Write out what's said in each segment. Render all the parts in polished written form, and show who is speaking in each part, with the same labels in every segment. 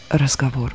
Speaker 1: разговор».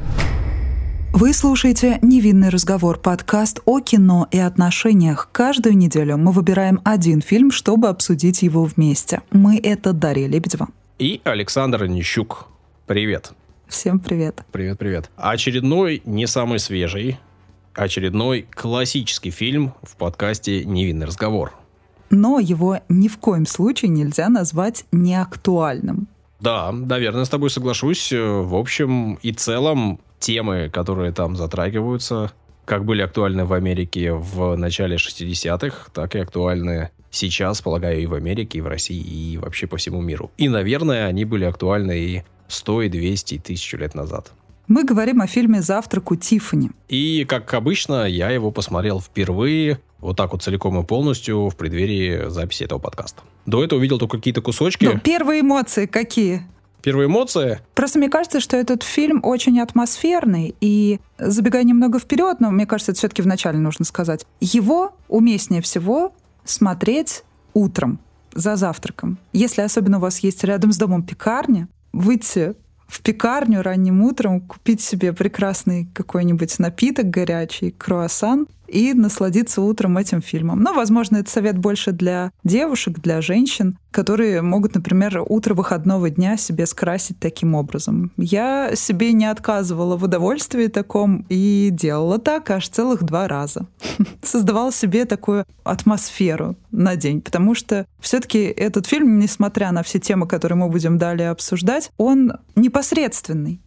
Speaker 1: Вы слушаете «Невинный разговор» — подкаст о кино и отношениях. Каждую неделю мы выбираем один фильм, чтобы обсудить его вместе. Мы — это Дарья Лебедева.
Speaker 2: И Александр Нищук. Привет.
Speaker 1: Всем привет.
Speaker 2: Привет. Очередной, не самый свежий, очередной классический фильм в подкасте «Невинный разговор».
Speaker 1: Но его ни в коем случае нельзя назвать неактуальным.
Speaker 2: Да, наверное, с тобой соглашусь. В общем и целом, темы, которые там затрагиваются, как были актуальны в Америке в начале 60-х, так и актуальны сейчас, полагаю, и в Америке, и в России, и вообще по всему миру. И, наверное, они были актуальны и 100, и 200, и 1000 лет назад.
Speaker 1: Мы говорим о фильме «Завтрак у Тиффани».
Speaker 2: И, как обычно, я его посмотрел впервые, вот так вот целиком и полностью, в преддверии записи этого подкаста. До этого видел только какие-то кусочки.
Speaker 1: Ну, первые эмоции какие?
Speaker 2: Первые эмоции?
Speaker 1: Просто мне кажется, что этот фильм очень атмосферный, и, забегая немного вперед, но мне кажется, это все-таки вначале нужно сказать, его уместнее всего смотреть утром, за завтраком. Если особенно у вас есть рядом с домом пекарня, выйти в пекарню ранним утром, купить себе прекрасный какой-нибудь напиток горячий, круассан, и насладиться утром этим фильмом. Но, возможно, это совет больше для девушек, для женщин, которые могут, например, утро выходного дня себе скрасить таким образом. Я себе не отказывала в удовольствии таком и делала так аж целых 2 раза. Создавала себе такую атмосферу на день, потому что все-таки этот фильм, несмотря на все темы, которые мы будем далее обсуждать, он непосредственный.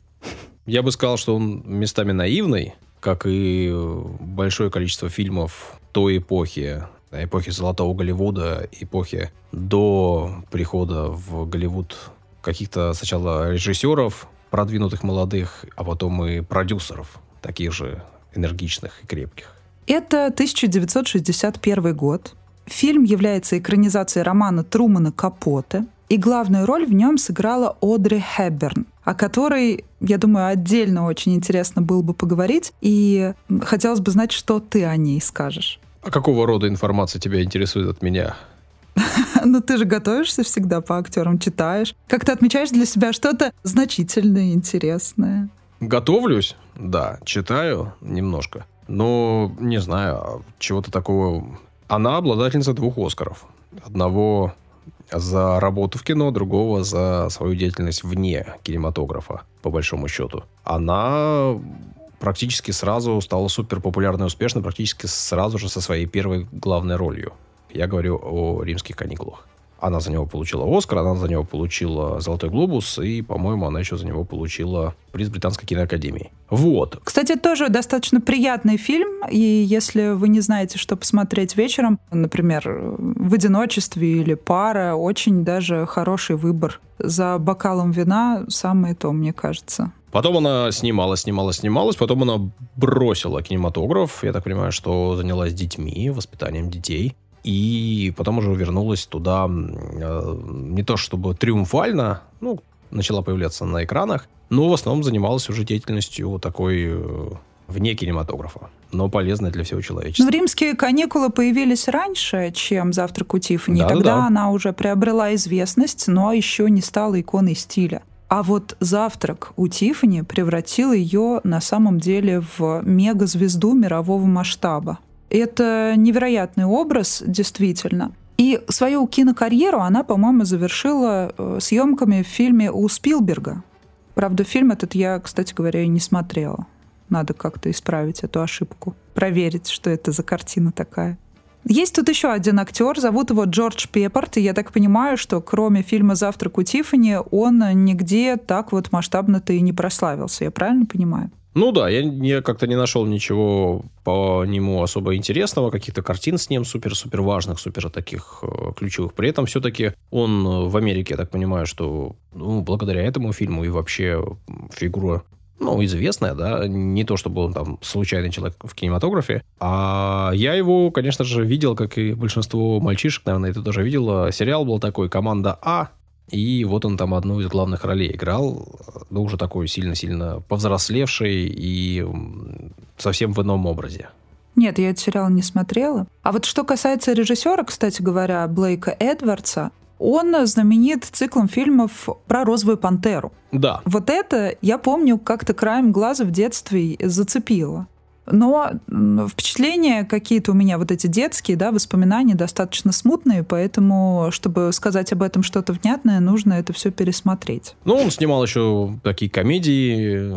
Speaker 2: Я бы сказал, что он местами наивный, как и большое количество фильмов той эпохи Золотого Голливуда, эпохи до прихода в Голливуд каких-то сначала режиссеров, продвинутых молодых, а потом и продюсеров, таких же энергичных и крепких.
Speaker 1: Это 1961 год. Фильм является экранизацией романа Трумана Капоте, и главную роль в нем сыграла Одри Хепберн, о которой, я думаю, отдельно очень интересно было бы поговорить, и хотелось бы знать, что ты о ней скажешь.
Speaker 2: А какого рода информация тебя интересует от меня?
Speaker 1: Ну, ты же готовишься всегда по актерам, читаешь. Как ты отмечаешь для себя что-то значительное, интересное?
Speaker 2: Готовлюсь, да, читаю немножко. Но не знаю, чего-то такого. Она обладательница 2 Оскаров. Одного за работу в кино, другого за свою деятельность вне кинематографа, по большому счету. Она практически сразу стала суперпопулярной и успешной, практически сразу же со своей первой главной ролью. Я говорю о «Римских каникулах». Она за него получила Оскар, она за него получила Золотой глобус, и, по-моему, она еще за него получила приз Британской киноакадемии. Вот.
Speaker 1: Кстати, тоже достаточно приятный фильм, и если вы не знаете, что посмотреть вечером, например, в одиночестве или пара, очень даже хороший выбор. За бокалом вина самое то, мне кажется.
Speaker 2: Потом она снималась, потом она бросила кинематограф, я так понимаю, что занялась детьми, воспитанием детей. И потом уже вернулась туда не то чтобы триумфально, начала появляться на экранах, но в основном занималась уже деятельностью такой вне кинематографа, но полезной для всего человечества.
Speaker 1: Но «Римские каникулы» появились раньше, чем «Завтрак у Тиффани». Тогда она уже приобрела известность, но еще не стала иконой стиля. А вот «Завтрак у Тиффани» превратил ее на самом деле в мегазвезду мирового масштаба. Это невероятный образ, действительно. И свою кинокарьеру она, по-моему, завершила съемками в фильме у Спилберга. Правда, фильм этот я, кстати говоря, и не смотрела. Надо как-то исправить эту ошибку. Проверить, что это за картина такая. Есть тут еще один актер, зовут его Джордж Пеппорт, и я так понимаю, что кроме фильма «Завтрак у Тиффани» он нигде так вот масштабно-то и не прославился. Я правильно понимаю?
Speaker 2: Ну да, я как-то не нашел ничего по нему особо интересного, каких-то картин с ним супер-супер важных, супер таких ключевых. При этом все-таки он в Америке, я так понимаю, что благодаря этому фильму и вообще фигура, известная, да, не то чтобы он там случайный человек в кинематографе, а я его, конечно же, видел, как и большинство мальчишек, наверное, ты тоже видела. Сериал был такой «Команда А», и вот он там одну из главных ролей играл, уже такой сильно-сильно повзрослевший и совсем в ином образе.
Speaker 1: Нет, я этот сериал не смотрела. А вот что касается режиссера, кстати говоря, Блейка Эдвардса, он знаменит циклом фильмов про розовую пантеру.
Speaker 2: Да.
Speaker 1: Вот это, я помню, как-то краем глаза в детстве зацепило. Но впечатления какие-то у меня вот эти детские, да, воспоминания достаточно смутные, поэтому, чтобы сказать об этом что-то внятное, нужно это все пересмотреть.
Speaker 2: Ну, он снимал еще такие комедии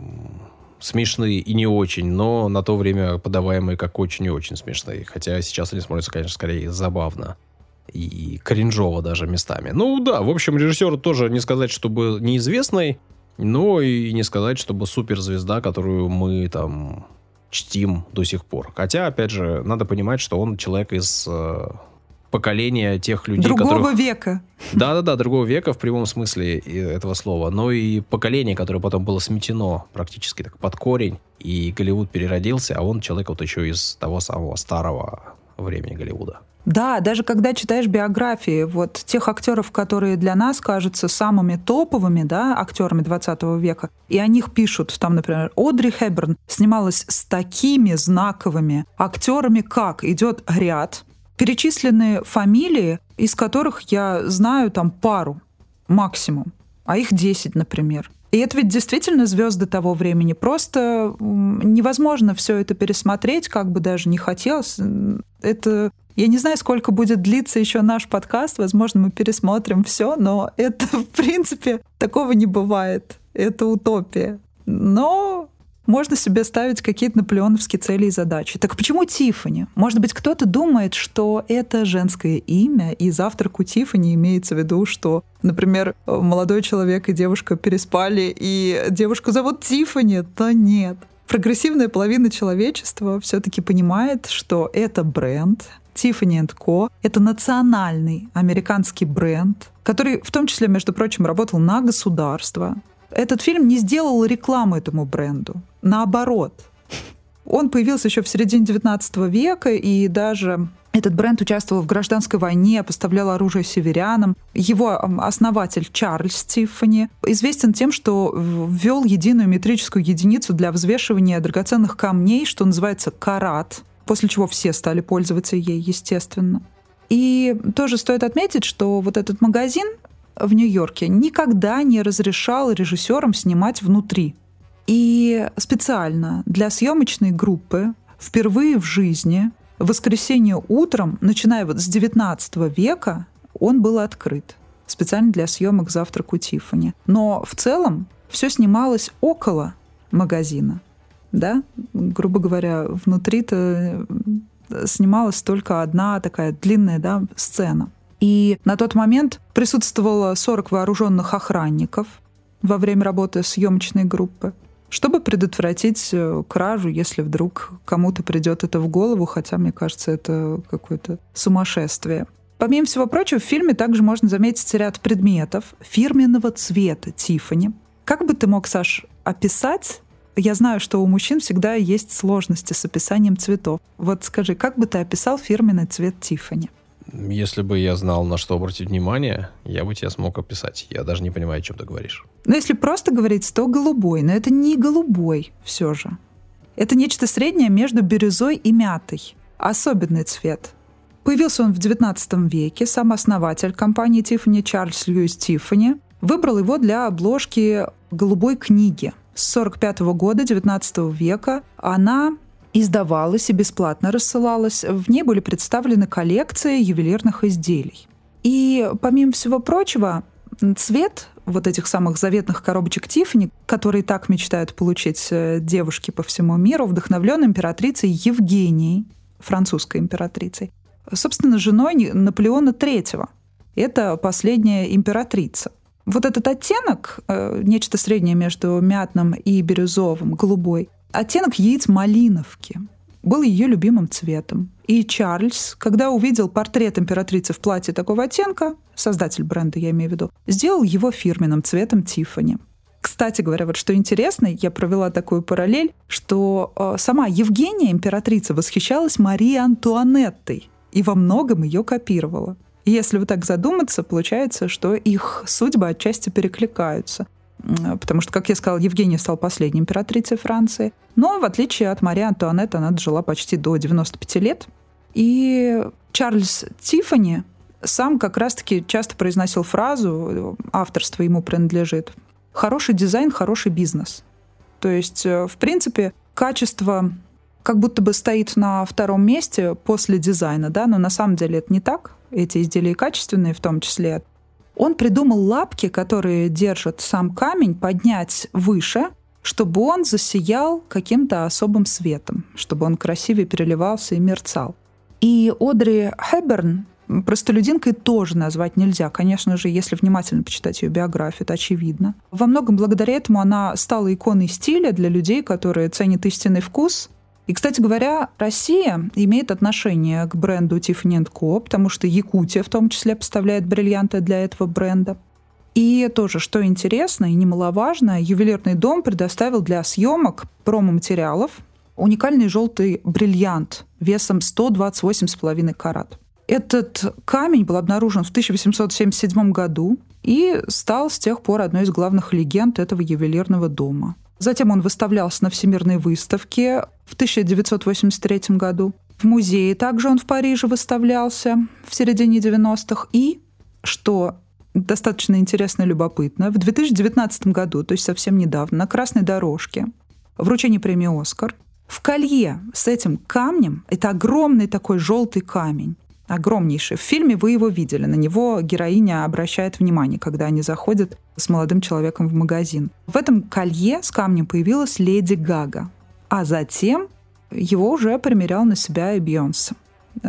Speaker 2: смешные и не очень, но на то время подаваемые как очень и очень смешные. Хотя сейчас они смотрятся, конечно, скорее забавно. И кринжово даже местами. Ну да, в общем, режиссер тоже не сказать, чтобы неизвестный, но и не сказать, чтобы суперзвезда, которую мы там чтим до сих пор. Хотя, опять же, надо понимать, что он человек из поколения тех людей,
Speaker 1: другого века.
Speaker 2: Да-да-да, другого века в прямом смысле этого слова. Но и поколение, которое потом было сметено практически так под корень, и Голливуд переродился, а он человек вот еще из того самого старого времени Голливуда.
Speaker 1: Да, даже когда читаешь биографии вот тех актеров, которые для нас кажутся самыми топовыми, да, актерами 20 века, и о них пишут, там, например, Одри Хепберн снималась с такими знаковыми актерами, как идет ряд, перечислены фамилии, из которых я знаю там пару максимум, а их 10, например. И это ведь действительно звезды того времени. Просто невозможно все это пересмотреть, как бы даже не хотелось. Это... Я не знаю, сколько будет длиться еще наш подкаст. Возможно, мы пересмотрим все, но это, в принципе, такого не бывает. Это утопия. Но можно себе ставить какие-то наполеоновские цели и задачи. Так почему Тиффани? Может быть, кто-то думает, что это женское имя, и завтрак у Тиффани имеется в виду, что, например, молодой человек и девушка переспали, и девушку зовут Тиффани. Да нет. Прогрессивная половина человечества все-таки понимает, что это бренд, Tiffany & Co. Это национальный американский бренд, который в том числе, между прочим, работал на государство. Этот фильм не сделал рекламу этому бренду. Наоборот. Он появился еще в середине XIX века, и даже этот бренд участвовал в гражданской войне, поставлял оружие северянам. Его основатель Чарльз Тиффани известен тем, что ввел единую метрическую единицу для взвешивания драгоценных камней, что называется карат, после чего все стали пользоваться ей, естественно. И тоже стоит отметить, что вот этот магазин в Нью-Йорке никогда не разрешал режиссерам снимать внутри. И специально для съемочной группы впервые в жизни в воскресенье утром, начиная вот с XIX века, он был открыт. Специально для съемок «Завтрак у Тиффани». Но в целом все снималось около магазина. Да? Грубо говоря, внутри-то снималась только одна такая длинная, да, сцена. И на тот момент присутствовало 40 вооруженных охранников во время работы съемочной группы, чтобы предотвратить кражу, если вдруг кому-то придет это в голову, хотя, мне кажется, это какое-то сумасшествие. Помимо всего прочего, в фильме также можно заметить ряд предметов фирменного цвета Тиффани. Как бы ты мог, Саш, описать? Я знаю, что у мужчин всегда есть сложности с описанием цветов. Вот скажи, как бы ты описал фирменный цвет Тиффани?
Speaker 2: Если бы я знал, на что обратить внимание, я бы тебе смог описать. Я даже не понимаю, о чем ты говоришь.
Speaker 1: Но если просто говорить, то голубой. Но это не голубой все же. Это нечто среднее между бирюзой и мятой. Особенный цвет. Появился он в XIX веке. Сам основатель компании Тиффани, Чарльз Льюис Тиффани, выбрал его для обложки «Голубой книги». С 1945 года XIX века она издавалась и бесплатно рассылалась. В ней были представлены коллекции ювелирных изделий. И, помимо всего прочего, цвет вот этих самых заветных коробочек Тиффани, которые так мечтают получить девушки по всему миру, вдохновлен императрицей Евгенией, французской императрицей, собственно, женой Наполеона III. Это последняя императрица. Вот этот оттенок, нечто среднее между мятным и бирюзовым, голубой, оттенок яиц малиновки, был ее любимым цветом. И Чарльз, когда увидел портрет императрицы в платье такого оттенка, создатель бренда, я имею в виду, сделал его фирменным цветом Тиффани. Кстати говоря, вот что интересно, я провела такую параллель, что сама Евгения, императрица, восхищалась Марией Антуанеттой и во многом ее копировала. И если вот так задуматься, получается, что их судьбы отчасти перекликаются. Потому что, как я сказала, Евгения стала последней императрицей Франции. Но, в отличие от Марии Антуанетты, она дожила почти до 95 лет. И Чарльз Тиффани сам как раз-таки часто произносил фразу, авторство ему принадлежит: «Хороший дизайн, хороший бизнес». То есть, в принципе, качество как будто бы стоит на втором месте после дизайна, да, но на самом деле это не так. Эти изделия качественные в том числе. Он придумал лапки, которые держат сам камень, поднять выше, чтобы он засиял каким-то особым светом, чтобы он красивее переливался и мерцал. И Одри Хепберн простолюдинкой тоже назвать нельзя. Конечно же, если внимательно почитать ее биографию, это очевидно. Во многом благодаря этому она стала иконой стиля для людей, которые ценят истинный вкус. И, кстати говоря, Россия имеет отношение к бренду Tiffany & Co., потому что Якутия в том числе поставляет бриллианты для этого бренда. И тоже, что интересно и немаловажно, ювелирный дом предоставил для съемок промо-материалов уникальный желтый бриллиант весом 128,5 карат. Этот камень был обнаружен в 1877 году и стал с тех пор одной из главных легенд этого ювелирного дома. Затем он выставлялся на Всемирной выставке в 1983 году. В музее также он в Париже выставлялся в середине 90-х. И, что достаточно интересно и любопытно, в 2019 году, то есть совсем недавно, на красной дорожке вручения премии «Оскар» в колье с этим камнем, это огромный такой желтый камень, огромнейший. В фильме вы его видели. На него героиня обращает внимание, когда они заходят с молодым человеком в магазин. В этом колье с камнем появилась Леди Гага. А затем его уже примерял на себя и Бейонсе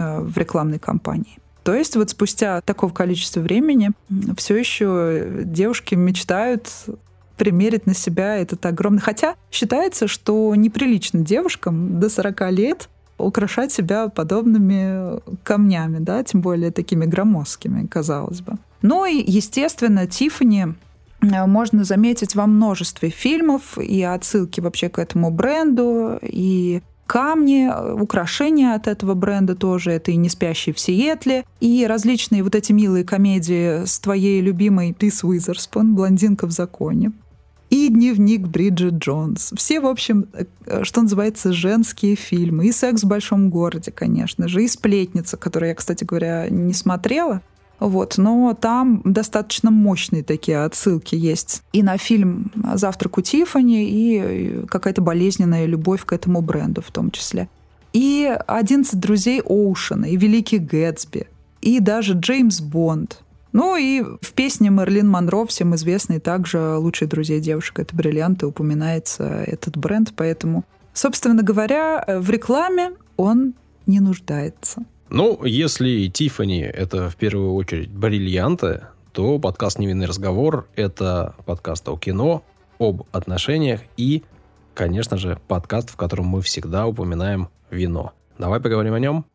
Speaker 1: в рекламной кампании. То есть вот спустя такого количества времени все еще девушки мечтают примерить на себя этот огромный... Хотя считается, что неприлично девушкам до 40 лет украшать себя подобными камнями, да, тем более такими громоздкими, казалось бы. Ну и, естественно, Тиффани можно заметить во множестве фильмов, и отсылки вообще к этому бренду, и камни, украшения от этого бренда тоже. Это и «Не спящий в Сиэтле», и различные вот эти милые комедии с твоей любимой Риз Уизерспун «Блондинка в законе», и «Дневник Бриджит Джонс». Все, в общем, что называется, женские фильмы. И «Секс в большом городе», конечно же, и «Сплетница», которую я, кстати говоря, не смотрела. Вот, но там достаточно мощные такие отсылки есть и на фильм «Завтрак у Тиффани», и какая-то болезненная любовь к этому бренду в том числе. И «11 друзей Оушена», и «Великий Гэтсби», и даже «Джеймс Бонд». Ну и в песне Мэрилин Монро, всем известной также «Лучшие друзья девушек» — это бриллианты, упоминается этот бренд. Поэтому, собственно говоря, в рекламе он не нуждается.
Speaker 2: Ну, если Тиффани — это в первую очередь бриллианты, то подкаст «Невинный разговор» — это подкаст о кино, об отношениях и, конечно же, подкаст, в котором мы всегда упоминаем вино. Давай поговорим о нем.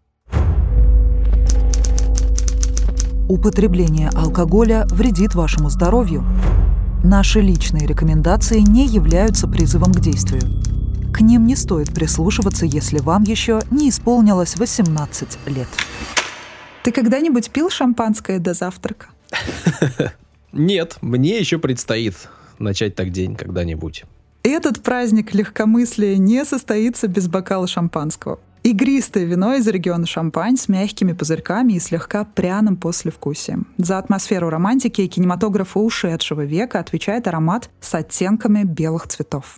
Speaker 3: Употребление алкоголя вредит вашему здоровью. Наши личные рекомендации не являются призывом к действию. К ним не стоит прислушиваться, если вам еще не исполнилось 18 лет.
Speaker 1: Ты когда-нибудь пил шампанское до завтрака?
Speaker 2: Нет, мне еще предстоит начать так день когда-нибудь.
Speaker 1: Этот праздник легкомыслия не состоится без бокала шампанского. Игристое вино из региона Шампань с мягкими пузырьками и слегка пряным послевкусием. За атмосферу романтики и кинематографа ушедшего века отвечает аромат с оттенками белых цветов.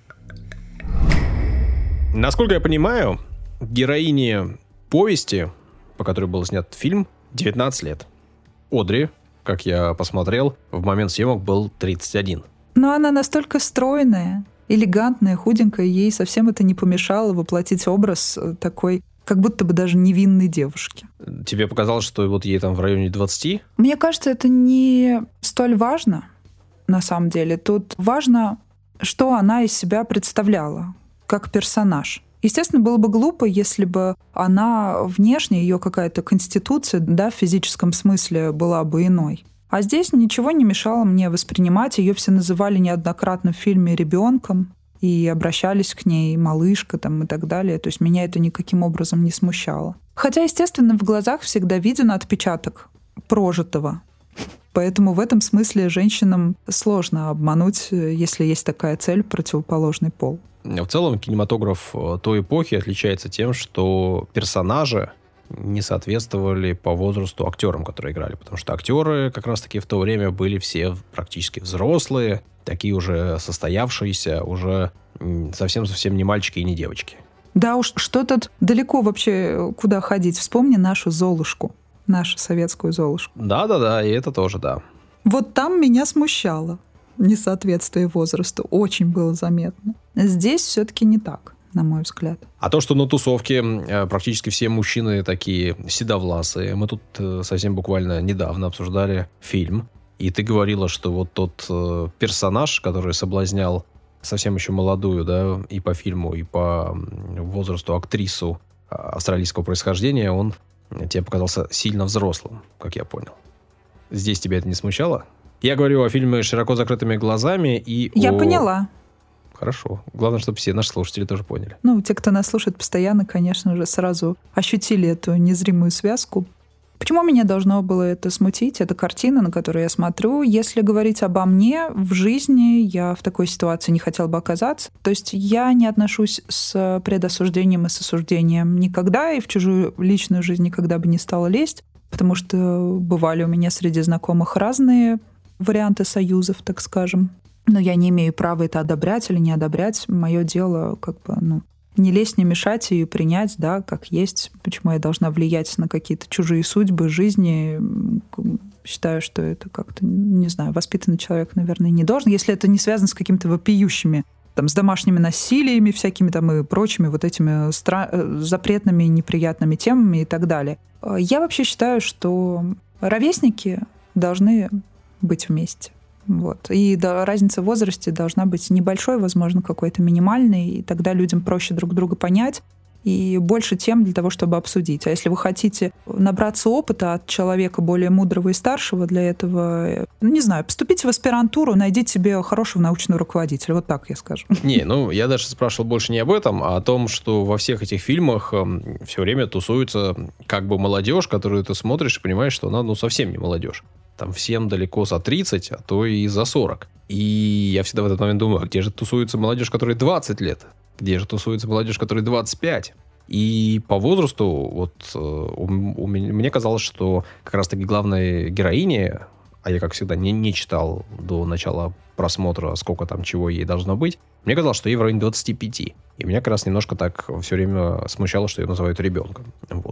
Speaker 2: Насколько я понимаю, героине повести, по которой был снят фильм, 19 лет. Одри, как я посмотрел, в момент съемок был 31.
Speaker 1: Но она настолько стройная, элегантная, худенькая, ей совсем это не помешало воплотить образ такой, как будто бы даже невинной девушки.
Speaker 2: Тебе показалось, что вот ей там в районе 20?
Speaker 1: Мне кажется, это не столь важно, на самом деле. Тут важно, что она из себя представляла как персонаж. Естественно, было бы глупо, если бы она внешне, ее какая-то конституция, да, в физическом смысле была бы иной. А здесь ничего не мешало мне воспринимать. Ее все называли неоднократно в фильме ребенком и обращались к ней малышка там, и так далее. То есть меня это никаким образом не смущало. Хотя, естественно, в глазах всегда виден отпечаток прожитого. Поэтому в этом смысле женщинам сложно обмануть, если есть такая цель, противоположный пол.
Speaker 2: В целом кинематограф той эпохи отличается тем, что персонажи не соответствовали по возрасту актерам, которые играли. Потому что актеры как раз-таки в то время были все практически взрослые, такие уже состоявшиеся, уже совсем-совсем не мальчики и не девочки.
Speaker 1: Да уж, что тут далеко вообще куда ходить? Вспомни нашу Золушку, нашу советскую Золушку.
Speaker 2: Да-да-да, и это тоже, да.
Speaker 1: Вот там меня смущало несоответствие возрасту. Очень было заметно. Здесь все-таки не так, на мой взгляд.
Speaker 2: А то, что на тусовке практически все мужчины такие седовласые. Мы тут совсем буквально недавно обсуждали фильм. И ты говорила, что вот тот персонаж, который соблазнял совсем еще молодую, да, и по фильму, и по возрасту актрису австралийского происхождения, он тебе показался сильно взрослым, как я понял. Здесь тебя это не смущало? Я говорю о фильме «Широко закрытыми глазами» и
Speaker 1: Я поняла.
Speaker 2: Хорошо. Главное, чтобы все наши слушатели тоже поняли.
Speaker 1: Ну, те, кто нас слушает постоянно, конечно же, сразу ощутили эту незримую связку. Почему меня должно было это смутить? Это картина, на которую я смотрю. Если говорить обо мне, в жизни я в такой ситуации не хотела бы оказаться. То есть я не отношусь с предосуждением и с осуждением никогда, и в чужую личную жизнь никогда бы не стала лезть, потому что бывали у меня среди знакомых разные варианты союзов, так скажем. Но я не имею права это одобрять или не одобрять. Мое дело не лезть, не мешать и принять, да, как есть. Почему я должна влиять на какие-то чужие судьбы, жизни? Считаю, что это как-то, не знаю, воспитанный человек, наверное, не должен, если это не связано с какими-то вопиющими, с домашними насилиями всякими и прочими вот этими запретными, неприятными темами и так далее. Я вообще считаю, что ровесники должны быть вместе. Вот. И разница в возрасте должна быть небольшой, возможно, какой-то минимальной, и тогда людям проще друг друга понять, и больше тем для того, чтобы обсудить. А если вы хотите набраться опыта от человека более мудрого и старшего, для этого, не знаю, поступите в аспирантуру, найдите себе хорошего научного руководителя. Вот так я скажу.
Speaker 2: Я даже спрашивал больше не об этом, а о том, что во всех этих фильмах все время тусуется как бы молодежь, которую ты смотришь и понимаешь, что она совсем не молодежь. Там всем далеко за 30, а то и за 40. И я всегда в этот момент думаю, а где же тусуется молодежь, которой 20 лет? Где же тусуется молодежь, которой 25? И по возрасту мне казалось, что как раз-таки главной героине, а я, как всегда, не читал до начала просмотра, сколько там чего ей должно быть, мне казалось, что ей в районе 25. И меня как раз немножко так все время смущало, что ее называют ребенком.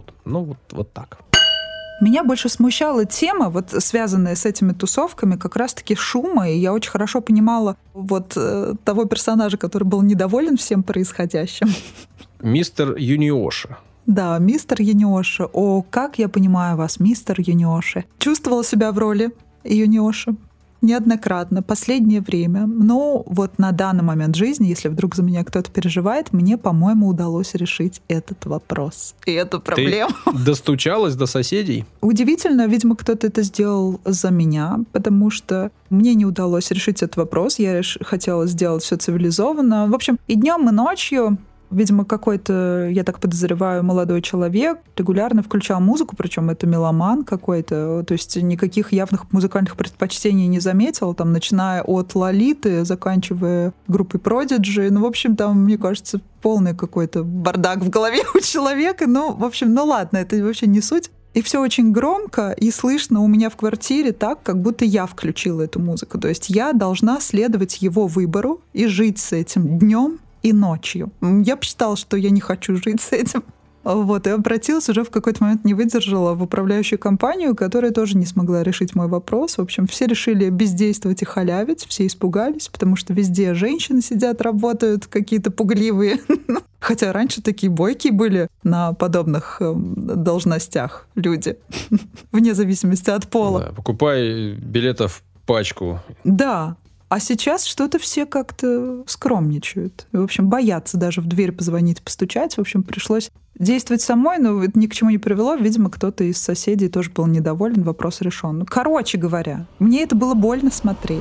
Speaker 2: Вот так.
Speaker 1: Меня больше смущала тема, связанная с этими тусовками, как раз-таки шума, и я очень хорошо понимала того персонажа, который был недоволен всем происходящим.
Speaker 2: Мистер Юниоши.
Speaker 1: Да, мистер Юниоши. О, как я понимаю вас, мистер Юниоши. Чувствовала себя в роли Юниоши неоднократно, последнее время. Но на данный момент жизни, если вдруг за меня кто-то переживает, мне, по-моему, удалось решить этот вопрос. И эту проблему.
Speaker 2: Ты достучалась до соседей?
Speaker 1: Удивительно, видимо, кто-то это сделал за меня, потому что мне не удалось решить этот вопрос. Я хотела сделать все цивилизованно. В общем, и днем, и ночью, видимо, какой-то, я так подозреваю, молодой человек регулярно включал музыку, причем это меломан какой-то, то есть никаких явных музыкальных предпочтений не заметил, начиная от Лолиты, заканчивая группой Prodigy. В общем, там, мне кажется, полный какой-то бардак в голове у человека. Ладно, это вообще не суть. И все очень громко и слышно у меня в квартире так, как будто я включила эту музыку. То есть я должна следовать его выбору и жить с этим днем и ночью. Я посчитала, что я не хочу жить с этим. И обратилась, уже в какой-то момент не выдержала, в управляющую компанию, которая тоже не смогла решить мой вопрос. В общем, все решили бездействовать и халявить, все испугались, потому что везде женщины сидят, работают, какие-то пугливые. Хотя раньше такие бойкие были на подобных должностях люди, вне зависимости от пола.
Speaker 2: Да, покупай билетов пачку.
Speaker 1: Да. А сейчас что-то все как-то скромничают. В общем, боятся даже в дверь позвонить, постучать. В общем, пришлось действовать самой, но это ни к чему не привело. Видимо, кто-то из соседей тоже был недоволен, вопрос решен. Короче говоря, мне это было больно смотреть.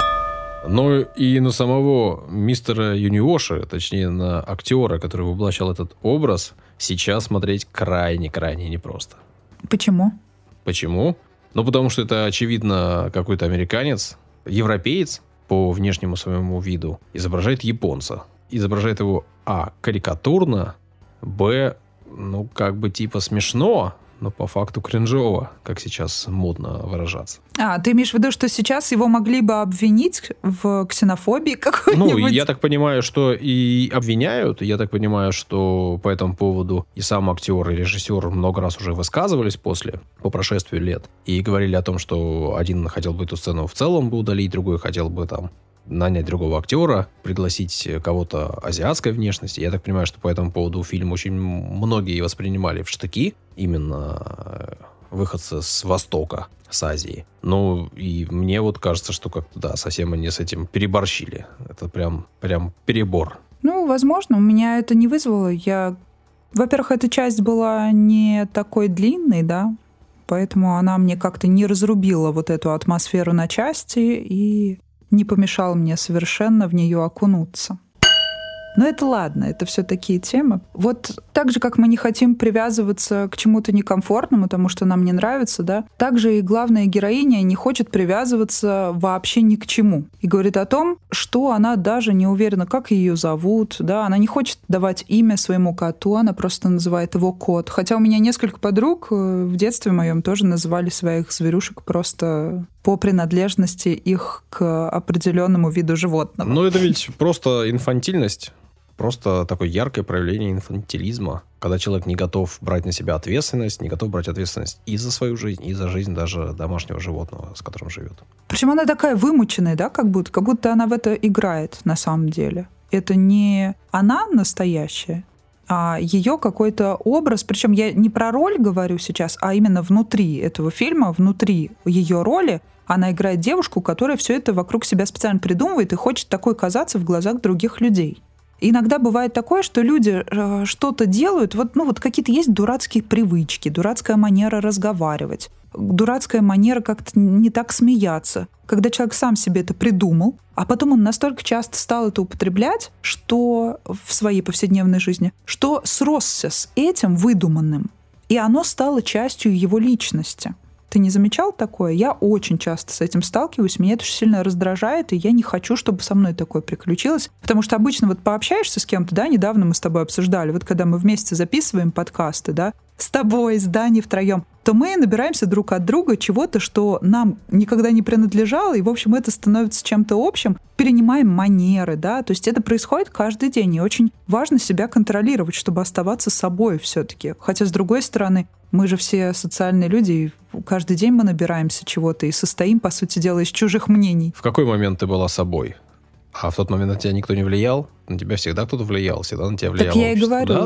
Speaker 2: И на самого мистера Юниоши, точнее, на актера, который воплощал этот образ, сейчас смотреть крайне-крайне непросто.
Speaker 1: Почему?
Speaker 2: Почему? Потому что это, очевидно, какой-то американец, европеец, по внешнему своему виду, изображает японца. Изображает его, карикатурно, ну, как бы типа смешно, но по факту кринжово, как сейчас модно выражаться.
Speaker 1: Ты имеешь в виду, что сейчас его могли бы обвинить в ксенофобии какой-нибудь?
Speaker 2: Ну, я так понимаю, что и обвиняют, я так понимаю, что по этому поводу и сам актер, и режиссер много раз уже высказывались по прошествию лет, и говорили о том, что один хотел бы эту сцену в целом бы удалить, другой хотел бы там нанять другого актера, пригласить кого-то азиатской внешности. Я так понимаю, что по этому поводу фильм очень многие воспринимали в штыки, именно выходцы с Востока, с Азии. Ну, и мне вот кажется, что как-то, да, совсем они с этим переборщили. Это прям перебор.
Speaker 1: Ну, возможно, у меня это не вызвало. Во-первых, эта часть была не такой длинной, да, поэтому она мне как-то не разрубила вот эту атмосферу на части и не помешал мне совершенно в нее окунуться. Но это ладно, это все такие темы. Вот так же, как мы не хотим привязываться к чему-то некомфортному, потому что нам не нравится, да, так же и главная героиня не хочет привязываться вообще ни к чему. И говорит о том, что она даже не уверена, как ее зовут, да, она не хочет давать имя своему коту, она просто называет его кот. Хотя у меня несколько подруг в детстве моем тоже называли своих зверюшек просто по принадлежности их к определенному виду животного.
Speaker 2: Ну, это ведь просто инфантильность. Просто такое яркое проявление инфантилизма, когда человек не готов брать на себя ответственность, не готов брать ответственность и за свою жизнь, и за жизнь даже домашнего животного, с которым живет.
Speaker 1: Причем она такая вымученная, да, как будто она в это играет на самом деле. Это не она настоящая, а ее какой-то образ. Причем я не про роль говорю сейчас, а именно внутри этого фильма, внутри ее роли, она играет девушку, которая все это вокруг себя специально придумывает и хочет такой казаться в глазах других людей. Иногда бывает такое, что люди что-то делают, вот какие-то есть дурацкие привычки, дурацкая манера разговаривать, дурацкая манера как-то не так смеяться. Когда человек сам себе это придумал, а потом он настолько часто стал это употреблять, что в своей повседневной жизни, что сросся с этим выдуманным, и оно стало частью его личности. Ты не замечал такое? Я очень часто с этим сталкиваюсь, меня это очень сильно раздражает, и я не хочу, чтобы со мной такое приключилось, потому что обычно вот пообщаешься с кем-то, да, недавно мы с тобой обсуждали, вот когда мы вместе записываем подкасты, да, с тобой, с Даней втроем, то мы набираемся друг от друга чего-то, что нам никогда не принадлежало, и, в общем, это становится чем-то общим, перенимаем манеры, да, то есть это происходит каждый день, и очень важно себя контролировать, чтобы оставаться собой все-таки. Хотя, с другой стороны, мы же все социальные люди, и каждый день мы набираемся чего-то и состоим, по сути дела, из чужих мнений.
Speaker 2: В какой момент ты была собой? А в тот момент на тебя никто не влиял? На тебя всегда кто-то влиял, всегда на тебя влияло
Speaker 1: Так я
Speaker 2: общество.
Speaker 1: И говорю,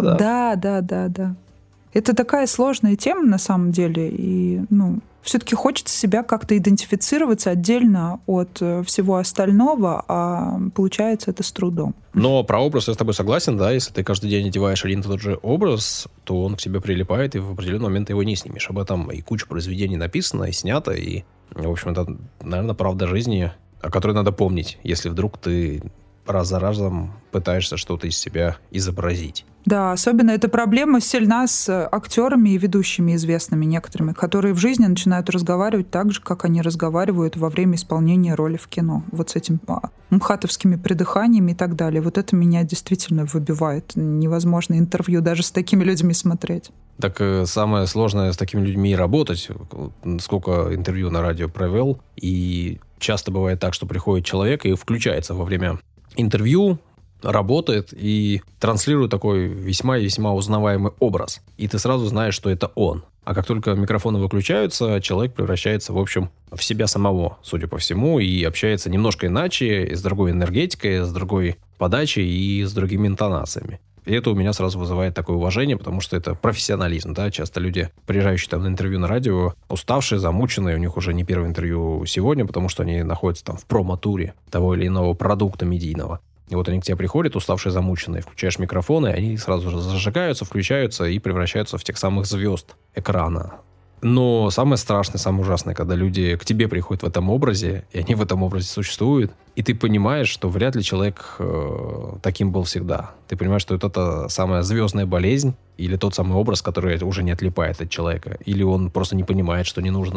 Speaker 1: да. Это такая сложная тема на самом деле, и, все-таки хочется себя как-то идентифицировать отдельно от всего остального, а получается это с трудом.
Speaker 2: Но про образ я с тобой согласен, да, если ты каждый день одеваешь один и тот же образ, то он к тебе прилипает, и в определенный момент ты его не снимешь. Об этом и куча произведений написано, и снято, и, в общем, это, наверное, правда жизни, о которой надо помнить, если вдруг ты раз за разом пытаешься что-то из себя изобразить.
Speaker 1: Да, особенно эта проблема сильна с актерами и ведущими известными некоторыми, которые в жизни начинают разговаривать так же, как они разговаривают во время исполнения роли в кино. Вот с этими мхатовскими придыханиями и так далее. Вот это меня действительно выбивает. Невозможно интервью даже с такими людьми смотреть.
Speaker 2: Так самое сложное с такими людьми и работать. Сколько интервью на радио провел, и часто бывает так, что приходит человек и включается во время интервью, работает и транслирует такой весьма и весьма узнаваемый образ. И ты сразу знаешь, что это он. А как только микрофоны выключаются, человек превращается, в общем, в себя самого, судя по всему, и общается немножко иначе, с другой энергетикой, с другой подачей и с другими интонациями. И это у меня сразу вызывает такое уважение, потому что это профессионализм, да. Часто люди, приезжающие там на интервью на радио, уставшие, замученные, у них уже не первое интервью сегодня, потому что они находятся там в промо-туре того или иного продукта медийного. И вот они к тебе приходят, уставшие, замученные, включаешь микрофоны, и они сразу же зажигаются, включаются и превращаются в тех самых звезд экрана. Но самое страшное, самое ужасное, когда люди к тебе приходят в этом образе, и они в этом образе существуют, и ты понимаешь, что вряд ли человек таким был всегда. Ты понимаешь, что это самая звездная болезнь, или тот самый образ, который уже не отлипает от человека, или он просто не понимает, что не нужно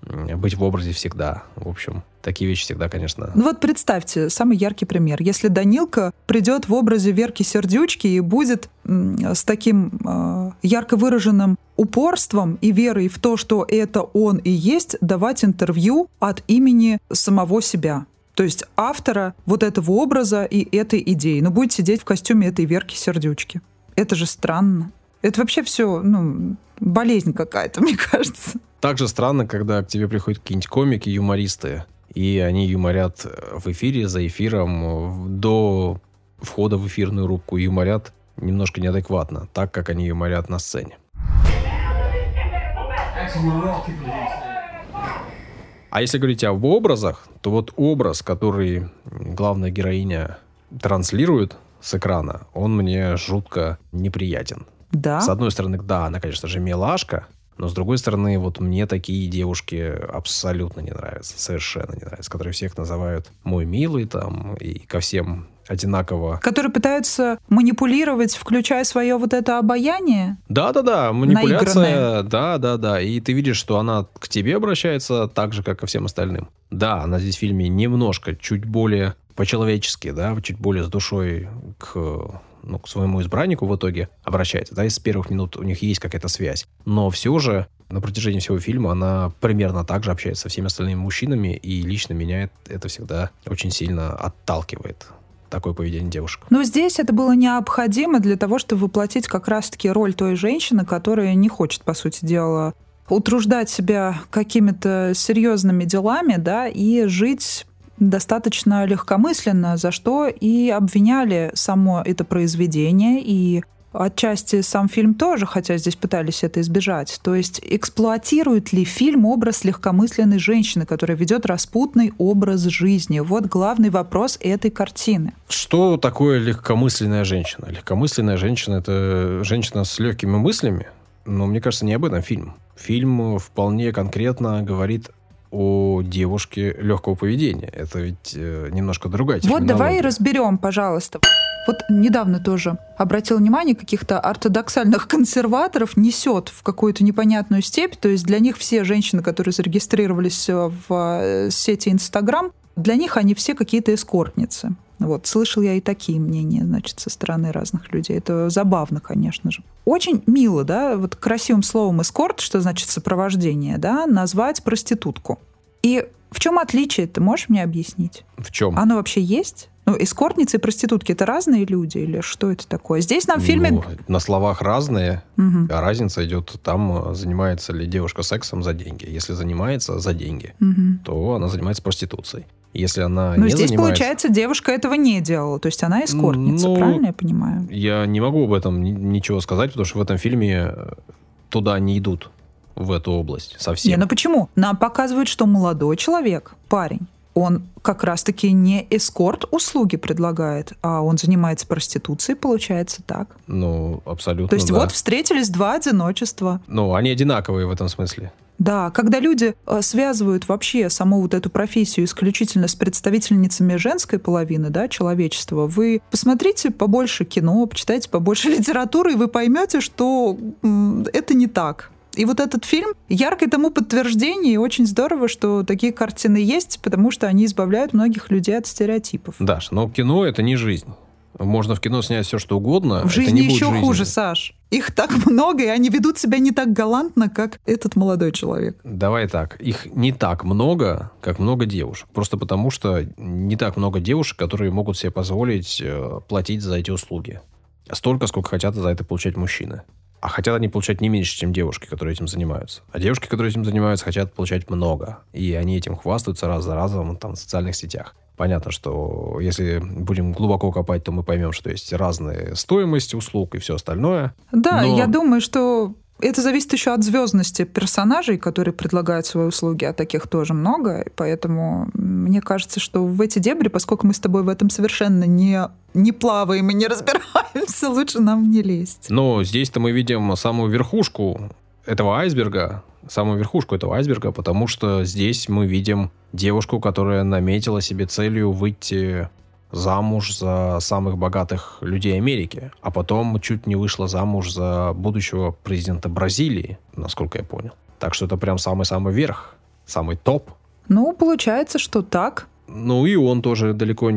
Speaker 2: быть в образе всегда. В общем, такие вещи всегда, конечно...
Speaker 1: Ну вот представьте, самый яркий пример. Если Данилка придет в образе Верки Сердючки и будет с таким ярко выраженным упорством и верой в то, что это он и есть, давать интервью от имени самого себя. То есть автора вот этого образа и этой идеи. Но будет сидеть в костюме этой Верки Сердючки. Это же странно. Это вообще все, болезнь какая-то, мне кажется.
Speaker 2: Также странно, когда к тебе приходят какие-нибудь комики, юмористы, и они юморят в эфире, за эфиром, до входа в эфирную рубку, юморят немножко неадекватно, так, как они юморят на сцене. А если говорить об образах, то вот образ, который главная героиня транслирует с экрана, он мне жутко неприятен.
Speaker 1: Да?
Speaker 2: С одной стороны, да, она, конечно же, милашка, но с другой стороны, вот мне такие девушки абсолютно не нравятся, совершенно не нравятся, которые всех называют «мой милый» там, и ко всем одинаково.
Speaker 1: Которые пытаются манипулировать, включая свое вот это обаяние?
Speaker 2: Да-да-да, манипуляция,
Speaker 1: наигранная.
Speaker 2: да. И ты видишь, что она к тебе обращается так же, как ко всем остальным. Да, она здесь в фильме немножко, чуть более по-человечески, да, чуть более с душой к своему избраннику в итоге обращается. Да, и с первых минут у них есть какая-то связь. Но все же на протяжении всего фильма она примерно так же общается со всеми остальными мужчинами, и лично меня это всегда очень сильно отталкивает. Такое поведение девушек.
Speaker 1: Но здесь это было необходимо для того, чтобы воплотить как раз-таки роль той женщины, которая не хочет, по сути дела, утруждать себя какими-то серьезными делами, да, и жить достаточно легкомысленно, за что и обвиняли само это произведение, и отчасти сам фильм тоже, хотя здесь пытались это избежать. То есть эксплуатирует ли фильм образ легкомысленной женщины, которая ведет распутный образ жизни? Вот главный вопрос этой картины.
Speaker 2: Что такое легкомысленная женщина? Легкомысленная женщина — это женщина с легкими мыслями, но мне кажется, не об этом фильм. Фильм вполне конкретно говорит о девушке легкого поведения. Это ведь немножко другая терминология.
Speaker 1: Вот давай разберем, пожалуйста. Вот недавно тоже обратил внимание, каких-то ортодоксальных консерваторов несет в какую-то непонятную степь. То есть для них все женщины, которые зарегистрировались в сети Инстаграм, для них они все какие-то эскортницы. Вот, слышал я и такие мнения, значит, со стороны разных людей. Это забавно, конечно же. Очень мило, да, вот красивым словом эскорт, что значит сопровождение, да, назвать проститутку. И в чем отличие, ты можешь мне объяснить?
Speaker 2: В чем?
Speaker 1: Оно вообще есть? Эскортницы и проститутки — это разные люди или что это такое? Здесь нам в фильме...
Speaker 2: на словах разные, а разница идет там, занимается ли девушка сексом за деньги. Если занимается за деньги, то она занимается проституцией. Если она не
Speaker 1: здесь,
Speaker 2: занимается...
Speaker 1: получается, девушка этого не делала. То есть она эскортница, правильно я понимаю?
Speaker 2: Я не могу об этом ничего сказать, потому что в этом фильме туда не идут, в эту область совсем.
Speaker 1: Ну почему? Нам показывают, что молодой человек, парень, он как раз-таки не эскорт-услуги предлагает, а он занимается проституцией, получается так.
Speaker 2: Абсолютно,
Speaker 1: то есть
Speaker 2: да.
Speaker 1: Вот встретились два одиночества.
Speaker 2: Они одинаковые в этом смысле.
Speaker 1: Да, когда люди связывают вообще саму вот эту профессию исключительно с представительницами женской половины, да, человечества, вы посмотрите побольше кино, почитайте побольше литературы, и вы поймете, что это не так. И вот этот фильм яркое тому подтверждение, и очень здорово, что такие картины есть, потому что они избавляют многих людей от стереотипов.
Speaker 2: Даш, но кино — это не жизнь. Можно в кино снять все, что угодно.
Speaker 1: В жизни еще хуже, Саш. Их так много, и они ведут себя не так галантно, как этот молодой человек.
Speaker 2: Давай так. Их не так много, как много девушек. Просто потому, что не так много девушек, которые могут себе позволить платить за эти услуги. Столько, сколько хотят за это получать мужчины. А хотят они получать не меньше, чем девушки, которые этим занимаются. А девушки, которые этим занимаются, хотят получать много. И они этим хвастаются раз за разом в социальных сетях. Понятно, что если будем глубоко копать, то мы поймем, что есть разные стоимости услуг и все остальное.
Speaker 1: Да, я думаю, что это зависит еще от звездности персонажей, которые предлагают свои услуги, а таких тоже много. И поэтому мне кажется, что в эти дебри, поскольку мы с тобой в этом совершенно не плаваем и не разбираемся, лучше нам не лезть.
Speaker 2: Но здесь-то мы видим самую верхушку этого айсберга, потому что здесь мы видим девушку, которая наметила себе целью выйти замуж за самых богатых людей Америки, а потом чуть не вышла замуж за будущего президента Бразилии, насколько я понял. Так что это прям самый-самый верх самый топ.
Speaker 1: Ну, получается, что так.
Speaker 2: Ну, и он тоже далеко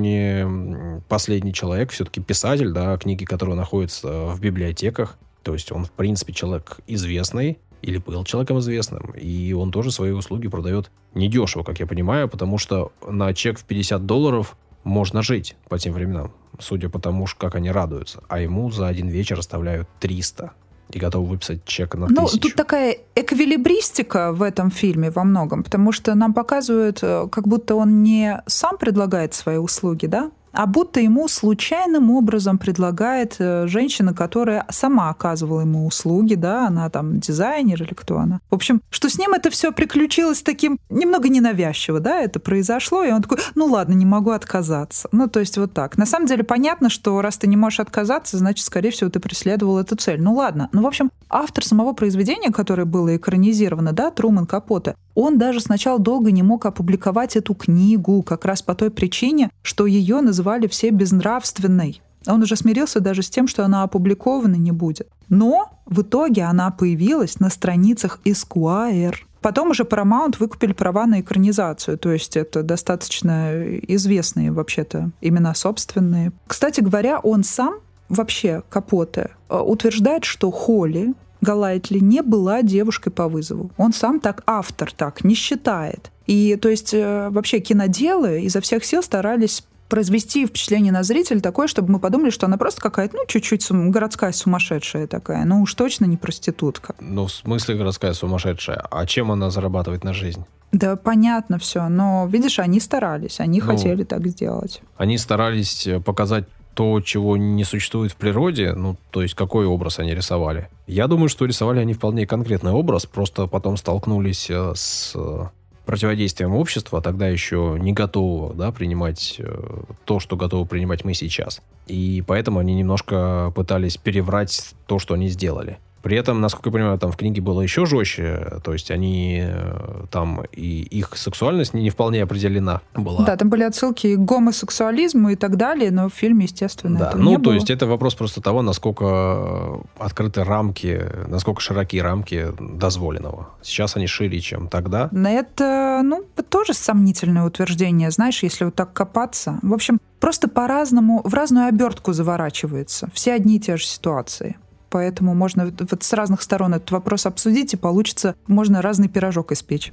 Speaker 2: не последний человек, все-таки писатель, да, книги, которые находятся в библиотеках. То есть он, в принципе, человек известный, или был человеком известным, и он тоже свои услуги продает недешево, как я понимаю, потому что на чек в $50 можно жить по тем временам, судя по тому, как они радуются. А ему за один вечер оставляют 300 и готовы выписать чек на 1000.
Speaker 1: Ну, тут такая эквилибристика в этом фильме во многом, потому что нам показывают, как будто он не сам предлагает свои услуги, да, а будто ему случайным образом предлагает женщина, которая сама оказывала ему услуги, да, она там дизайнер или кто она. В общем, что с ним это все приключилось таким немного ненавязчиво, да, это произошло, и он такой, ну ладно, не могу отказаться. Ну, то есть вот так. На самом деле понятно, что раз ты не можешь отказаться, значит, скорее всего, ты преследовал эту цель. Ну ладно. Ну, в общем, автор самого произведения, которое было экранизировано, да, Труман Капоте, он даже сначала долго не мог опубликовать эту книгу, как раз по той причине, что ее называли все безнравственной. Он уже смирился даже с тем, что она опубликована не будет. Но в итоге она появилась на страницах Esquire. Потом уже Paramount выкупили права на экранизацию, то есть это достаточно известные вообще-то имена собственные. Кстати говоря, он сам, вообще Капоте, утверждает, что Холли Голайтли не была девушкой по вызову. Он сам так, автор так, не считает. И то есть вообще киноделы изо всех сил старались произвести впечатление на зрителя такое, чтобы мы подумали, что она просто какая-то, ну, чуть-чуть городская сумасшедшая такая. Ну, уж точно не проститутка.
Speaker 2: Ну, в смысле городская сумасшедшая? А чем она зарабатывает на жизнь?
Speaker 1: Да, понятно все. Но, видишь, они старались, они хотели так сделать.
Speaker 2: Они старались показать то, чего не существует в природе, ну, то есть какой образ они рисовали. Я думаю, что рисовали они вполне конкретный образ, просто потом столкнулись с противодействием общества, тогда еще не готового, да, принимать то, что готовы принимать мы сейчас. И поэтому они немножко пытались переврать то, что они сделали. При этом, насколько я понимаю, там в книге было еще жестче, то есть они там и их сексуальность не вполне определена была.
Speaker 1: Да, там были отсылки к гомосексуализму и так далее, но в фильме, естественно,
Speaker 2: да,
Speaker 1: этого не было.
Speaker 2: То есть это вопрос просто того, насколько открыты рамки, насколько широкие рамки дозволенного. Сейчас они шире, чем тогда.
Speaker 1: Это, тоже сомнительное утверждение, знаешь, если вот так копаться. В общем, просто по-разному, в разную обертку заворачивается. Все одни и те же ситуации. Поэтому можно вот с разных сторон этот вопрос обсудить, и получится, можно разный пирожок испечь.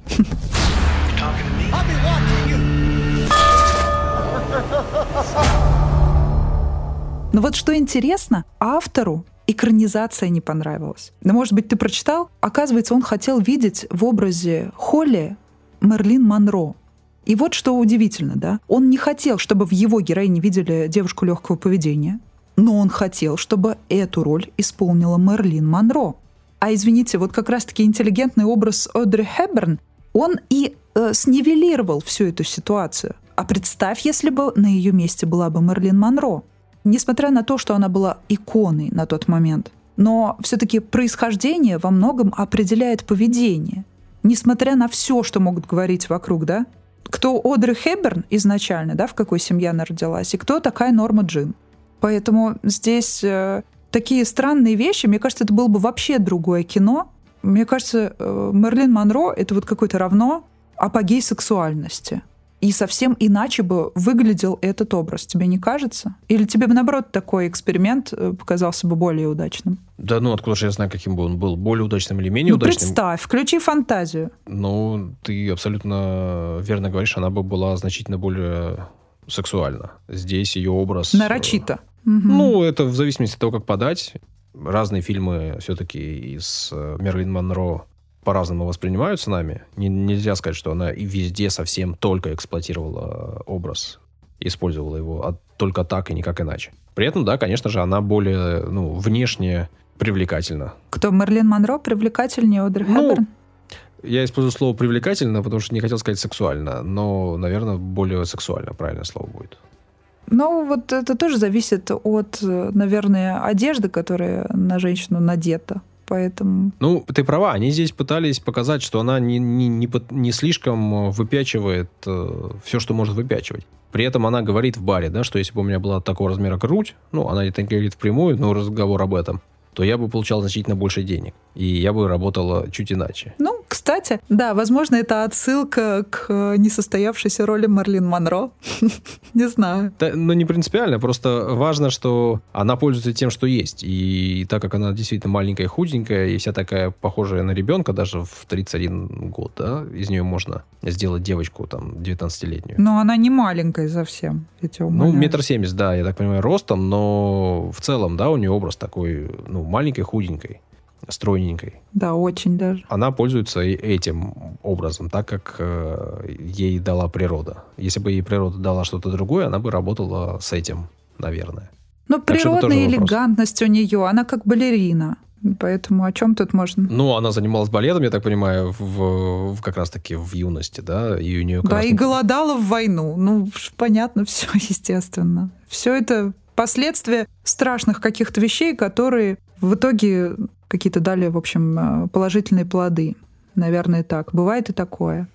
Speaker 1: Но вот что интересно, автору экранизация не понравилась. Да, может быть, ты прочитал? Оказывается, он хотел видеть в образе Холли Мерлин Монро. И вот что удивительно, да? Он не хотел, чтобы в его героине видели девушку легкого поведения, но он хотел, чтобы эту роль исполнила Мерлин Монро. А извините, вот как раз-таки интеллигентный образ Одри Хепберн, он и снивелировал всю эту ситуацию. А представь, если бы на ее месте была бы Мерлин Монро. Несмотря на то, что она была иконой на тот момент, но все-таки происхождение во многом определяет поведение. Несмотря на все, что могут говорить вокруг, да? Кто Одри Хепберн изначально, да, в какой семье она родилась, и кто такая Норма Джин. Поэтому здесь такие странные вещи. Мне кажется, это было бы вообще другое кино. Мне кажется, Мерлин Монро — это вот какое-то равно апогей сексуальности. И совсем иначе бы выглядел этот образ. Тебе не кажется? Или тебе бы, наоборот, такой эксперимент показался бы более удачным?
Speaker 2: Да, откуда же я знаю, каким бы он был? Более удачным или менее удачным?
Speaker 1: Представь, включи фантазию.
Speaker 2: Ты абсолютно верно говоришь, она бы была значительно более сексуально. Здесь ее образ...
Speaker 1: Нарочито.
Speaker 2: Это в зависимости от того, как подать. Разные фильмы все-таки из Мерлин Монро по-разному воспринимаются нами. Нельзя сказать, что она и везде совсем только эксплуатировала образ, использовала его только так и никак иначе. При этом, да, конечно же, она более, внешне привлекательна.
Speaker 1: Кто, Мерлин Монро привлекательнее Одри Хепберн?
Speaker 2: Я использую слово «привлекательно», потому что не хотел сказать «сексуально», но, наверное, более сексуально правильное слово будет.
Speaker 1: Вот это тоже зависит от, наверное, одежды, которая на женщину надета. Поэтому...
Speaker 2: Ты права, они здесь пытались показать, что она не слишком выпячивает все, что может выпячивать. При этом она говорит в баре, да, что если бы у меня была такого размера грудь, она это не говорит впрямую, но разговор об этом, то я бы получал значительно больше денег. И я бы работала чуть иначе.
Speaker 1: Ну, кстати, да, возможно, это отсылка к несостоявшейся роли Марлин Монро. Не знаю.
Speaker 2: Ну, не принципиально, просто важно, что она пользуется тем, что есть. И так как она действительно маленькая, худенькая, и вся такая похожая на ребенка, даже в 31 год, да, из нее можно сделать девочку там 19-летнюю.
Speaker 1: Но она не маленькая совсем, я тебя умоляю.
Speaker 2: Ну, 1,70 м, да, я так понимаю, ростом, но в целом, да, у нее образ такой, ну, маленькой, худенькой, стройненькой.
Speaker 1: Да, очень даже.
Speaker 2: Она пользуется этим образом, так как ей дала природа. Если бы ей природа дала что-то другое, она бы работала с этим, наверное.
Speaker 1: Ну, природная элегантность у нее, она как балерина. Поэтому о чем тут можно?
Speaker 2: Ну, она занималась балетом, я так понимаю, как раз-таки в юности, да? И у нее
Speaker 1: да, и голодала в войну. Ну, понятно, все, естественно. Все это последствия страшных каких-то вещей, которые в итоге какие-то дали, в общем, положительные плоды. Наверное, так. Бывает и такое.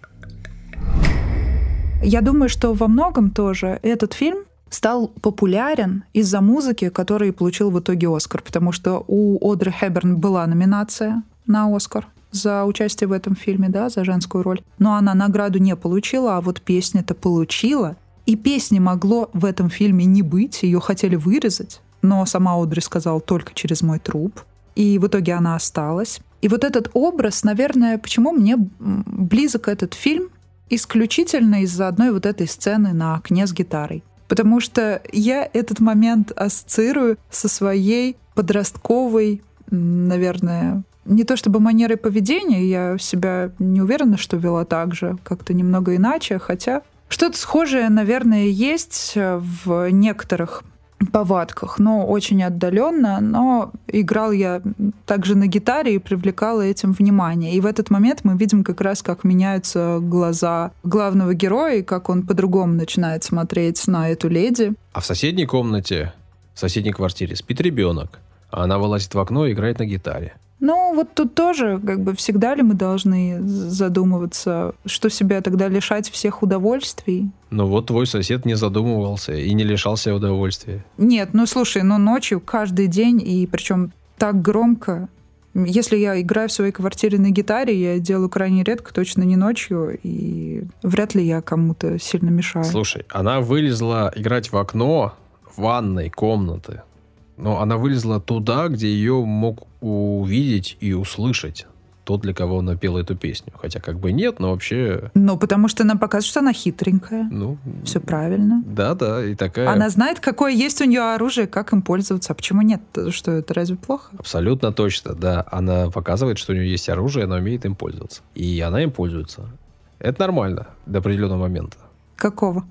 Speaker 1: Я думаю, что во многом тоже этот фильм стал популярен из-за музыки, которую получил в итоге «Оскар», потому что у Одри Хепберн была номинация на «Оскар» за участие в этом фильме, да, за женскую роль. Но она награду не получила, а вот песня-то получила. И песни могло в этом фильме не быть, ее хотели вырезать, но сама Одри сказала «только через мой труп». И в итоге она осталась. И вот этот образ, наверное, почему мне близок этот фильм, исключительно из-за одной вот этой сцены на окне с гитарой. Потому что я этот момент ассоциирую со своей подростковой, наверное, не то чтобы манерой поведения, я себя не уверена, что вела так же, как-то немного иначе, хотя что-то схожее, наверное, есть в некоторых повадках, но очень отдаленно, но играл я также на гитаре и привлекала этим внимание. И в этот момент мы видим как раз, как меняются глаза главного героя, и как он по-другому начинает смотреть на эту леди.
Speaker 2: А в соседней комнате, в соседней квартире спит ребенок, а она вылазит в окно и играет на гитаре.
Speaker 1: Ну, вот тут тоже, как бы, всегда ли мы должны задумываться, что себя тогда лишать всех удовольствий?
Speaker 2: Ну вот твой сосед не задумывался и не лишался удовольствия.
Speaker 1: Нет, ну слушай, ну ночью каждый день, и причем так громко. Если я играю в своей квартире на гитаре, я делаю крайне редко, точно не ночью, и вряд ли я кому-то сильно мешаю.
Speaker 2: Слушай, она вылезла играть в окно ванной комнаты. Но она вылезла туда, где ее мог увидеть и услышать тот, для кого она пела эту песню. Хотя как бы нет, но вообще...
Speaker 1: Ну, потому что нам показывает, что она хитренькая.
Speaker 2: Ну,
Speaker 1: все правильно.
Speaker 2: Да, и такая...
Speaker 1: Она знает, какое есть у нее оружие, как им пользоваться. А почему нет? Что, это разве плохо?
Speaker 2: Абсолютно точно, да. Она показывает, что у нее есть оружие, она умеет им пользоваться. И она им пользуется. Это нормально до определенного момента.
Speaker 1: Какого?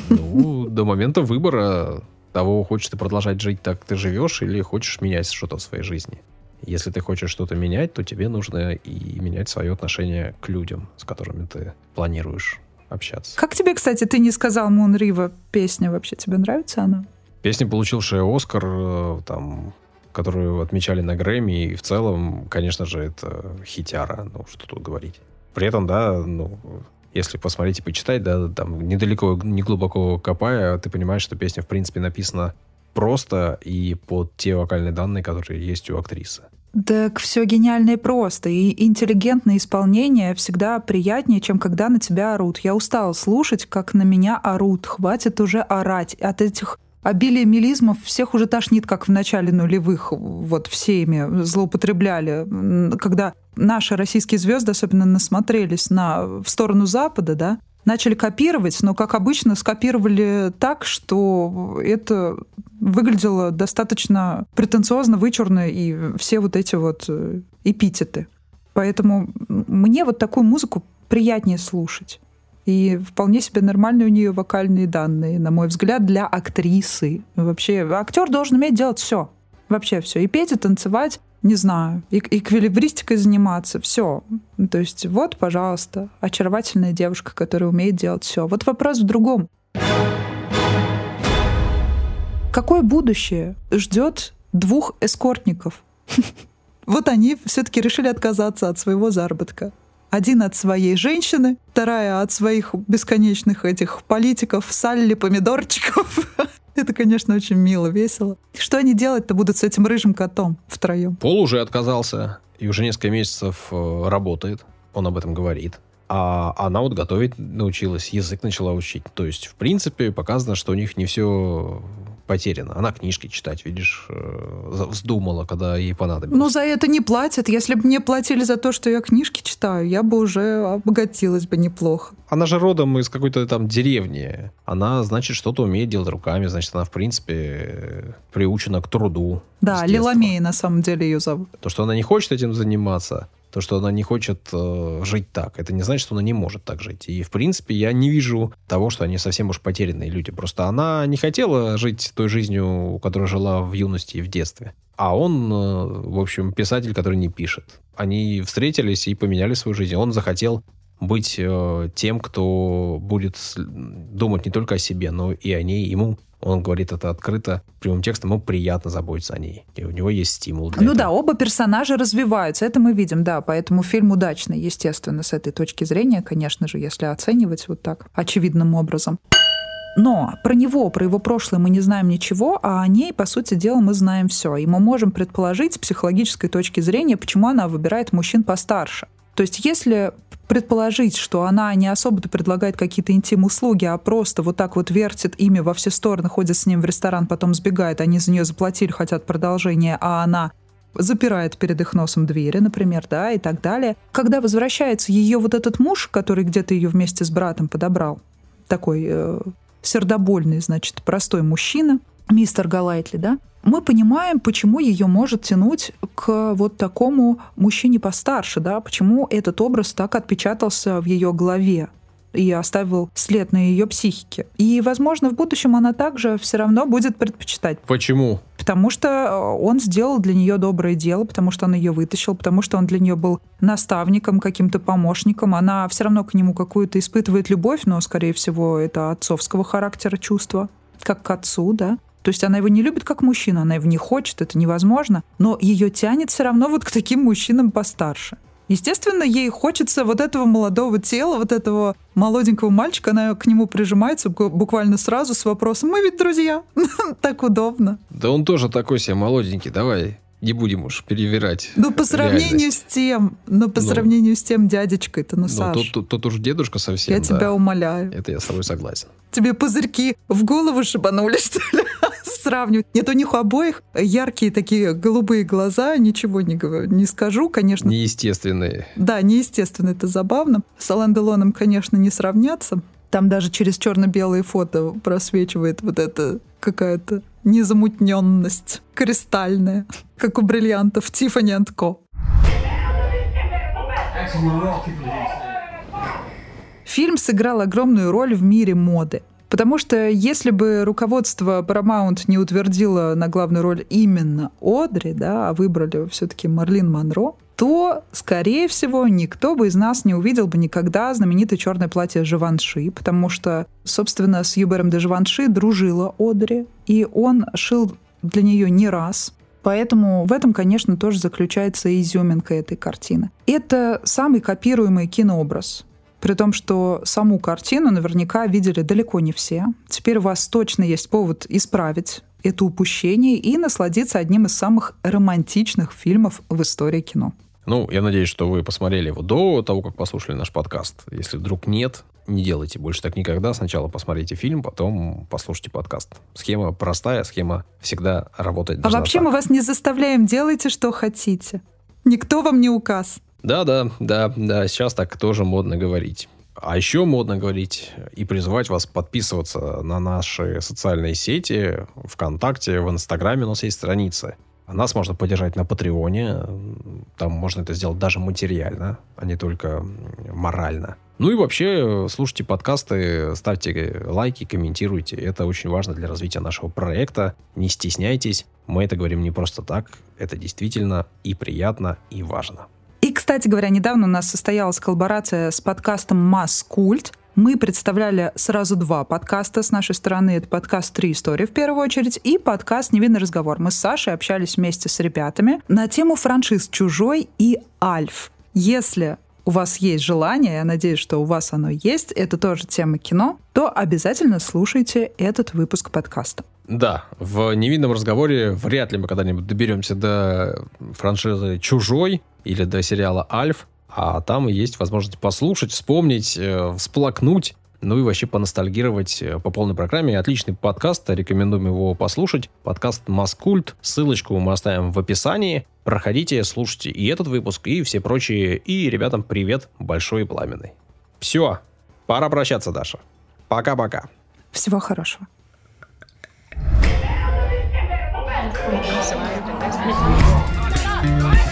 Speaker 2: Ну, до момента выбора того, хочешь ты продолжать жить так, как ты живешь, или хочешь менять что-то в своей жизни. Если ты хочешь что-то менять, то тебе нужно и менять свое отношение к людям, с которыми ты планируешь общаться.
Speaker 1: Как тебе, кстати, ты не сказал Moon River песня вообще? Тебе нравится она?
Speaker 2: Песня, получившая «Оскар», там, которую отмечали на Грэмми, и в целом, конечно же, это хитяра, ну, что тут говорить. При этом, да, ну... Если посмотреть и почитать, да, там недалеко, не глубоко копая, ты понимаешь, что песня, в принципе, написана просто и под те вокальные данные, которые есть у актрисы.
Speaker 1: Так все гениально и просто. И интеллигентное исполнение всегда приятнее, чем когда на тебя орут. Я устала слушать, как на меня орут. Хватит уже орать. От этих обилия мелизмов всех уже тошнит, как в начале нулевых. Вот все ими злоупотребляли. Когда наши российские звезды особенно насмотрелись в сторону Запада, да, начали копировать, но, как обычно, скопировали так, что это выглядело достаточно претенциозно, вычурно, и все вот эти вот эпитеты. Поэтому мне вот такую музыку приятнее слушать. И вполне себе нормальные у нее вокальные данные, на мой взгляд, для актрисы. Вообще, актер должен уметь делать все. Вообще все. И петь, и танцевать, не знаю, и эквилибристикой заниматься, все. То есть вот, пожалуйста, очаровательная девушка, которая умеет делать все. Вот вопрос в другом. Какое будущее ждет двух эскортников? Вот они все-таки решили отказаться от своего заработка. Один от своей женщины, вторая от своих бесконечных этих политиков, салли, помидорчиков. Это, конечно, очень мило, весело. Что они делать-то будут с этим рыжим котом втроем?
Speaker 2: Пол уже отказался и уже несколько месяцев работает. Он об этом говорит. А она вот готовить научилась, язык начала учить. То есть, в принципе, показано, что у них не все потеряно. Она книжки читать, видишь, вздумала, когда ей понадобилось.
Speaker 1: Ну, за это не платят. Если бы мне платили за то, что я книжки читаю, я бы уже обогатилась бы неплохо.
Speaker 2: Она же родом из какой-то там деревни. Она, значит, что-то умеет делать руками. Значит, она, в принципе, приучена к труду.
Speaker 1: Да, Лиламея, на самом деле, ее зовут.
Speaker 2: То, что она не хочет этим заниматься, то, что она не хочет жить так, это не значит, что она не может так жить. И, в принципе, я не вижу того, что они совсем уж потерянные люди. Просто она не хотела жить той жизнью, которой жила в юности и в детстве. А он, в общем, писатель, который не пишет. Они встретились и поменяли свою жизнь. Он захотел быть тем, кто будет думать не только о себе, но и о ней. Ему, он говорит это открыто, прямым текстом, ему приятно заботиться о ней. И у него есть стимул для этого.
Speaker 1: Да, оба персонажа развиваются, это мы видим, да. Поэтому фильм удачный, естественно, с этой точки зрения, конечно же, если оценивать вот так очевидным образом. Но про него, про его прошлое мы не знаем ничего, а о ней, по сути дела, мы знаем все. И мы можем предположить с психологической точки зрения, почему она выбирает мужчин постарше. То есть если предположить, что она не особо-то предлагает какие-то интим-услуги, а просто вот так вот вертит ими во все стороны, ходит с ним в ресторан, потом сбегает, они за нее заплатили, хотят продолжения, а она запирает перед их носом двери, например, да, и так далее. Когда возвращается ее вот этот муж, который где-то ее вместе с братом подобрал, такой сердобольный, значит, простой мужчина, мистер Голайтли, да, мы понимаем, почему ее может тянуть к вот такому мужчине постарше, да, почему этот образ так отпечатался в ее голове и оставил след на ее психике. И, возможно, в будущем она также все равно будет предпочитать.
Speaker 2: Почему?
Speaker 1: Потому что он сделал для нее доброе дело, потому что он ее вытащил, потому что он для нее был наставником, каким-то помощником. Она все равно к нему какую-то испытывает любовь, но, скорее всего, это отцовского характера чувство, как к отцу, да. То есть она его не любит как мужчину, она его не хочет, это невозможно, но ее тянет все равно вот к таким мужчинам постарше. Естественно, ей хочется вот этого молодого тела, вот этого молоденького мальчика, она к нему прижимается буквально сразу с вопросом: «Мы ведь друзья». Так удобно.
Speaker 2: Да он тоже такой себе молоденький, давай не будем уж перевирать.
Speaker 1: Ну, по сравнению с тем, сравнению с тем дядечкой-то, Саш.
Speaker 2: Тут уж дедушка совсем,
Speaker 1: я тебя умоляю.
Speaker 2: Это я с тобой согласен.
Speaker 1: Тебе пузырьки в голову шибанули, что ли? Сравнивать. Нет, у них у обоих яркие такие голубые глаза, ничего не скажу, конечно.
Speaker 2: Неестественные.
Speaker 1: Да, неестественно, это забавно. С Алан Делоном, конечно, не сравняться. Там даже через черно-белые фото просвечивает вот эта какая-то незамутненность кристальная, как у бриллиантов Tiffany & Co. Фильм сыграл огромную роль в мире моды. Потому что если бы руководство Paramount не утвердило на главную роль именно Одри, да, а выбрали все-таки Марлин Монро, то, скорее всего, никто бы из нас не увидел бы никогда знаменитое черное платье Живанши, потому что, собственно, с Юбером де Живанши дружила Одри, и он шил для нее не раз. Поэтому в этом, конечно, тоже заключается изюминка этой картины. Это самый копируемый кинообраз. При том, что саму картину наверняка видели далеко не все. Теперь у вас точно есть повод исправить это упущение и насладиться одним из самых романтичных фильмов в истории кино.
Speaker 2: Ну, я надеюсь, что вы посмотрели его до того, как послушали наш подкаст. Если вдруг нет, не делайте больше так никогда. Сначала посмотрите фильм, потом послушайте подкаст. Схема простая, схема всегда работает.
Speaker 1: А вообще мы вас не заставляем, делайте, что хотите. Никто вам не указ.
Speaker 2: Да, сейчас так тоже модно говорить. А еще модно говорить и призывать вас подписываться на наши социальные сети, ВКонтакте, в Инстаграме у нас есть страницы. Нас можно поддержать на Патреоне, там можно это сделать даже материально, а не только морально. Ну и вообще слушайте подкасты, ставьте лайки, комментируйте. Это очень важно для развития нашего проекта. Не стесняйтесь, мы это говорим не просто так, это действительно и приятно, и важно.
Speaker 1: И, кстати говоря, недавно у нас состоялась коллаборация с подкастом «Масс-культ». Мы представляли сразу два подкаста с нашей стороны. Это подкаст «Три истории» в первую очередь и подкаст «Невинный разговор». Мы с Сашей общались вместе с ребятами на тему франшиз «Чужой» и «Альф». Если у вас есть желание, я надеюсь, что у вас оно есть, это тоже тема кино, то обязательно слушайте этот выпуск подкаста.
Speaker 2: Да, в «Невинном разговоре» вряд ли мы когда-нибудь доберемся до франшизы «Чужой» или до сериала «Альф», а там и есть возможность послушать, вспомнить, всплакнуть, ну и вообще поностальгировать по полной программе. Отличный подкаст, рекомендуем его послушать. Подкаст «Маскульт», ссылочку мы оставим в описании. Проходите, слушайте и этот выпуск, и все прочие. И ребятам привет большой и пламенный. Все, пора прощаться, Даша. Пока-пока.
Speaker 1: Всего хорошего.
Speaker 4: Thank you.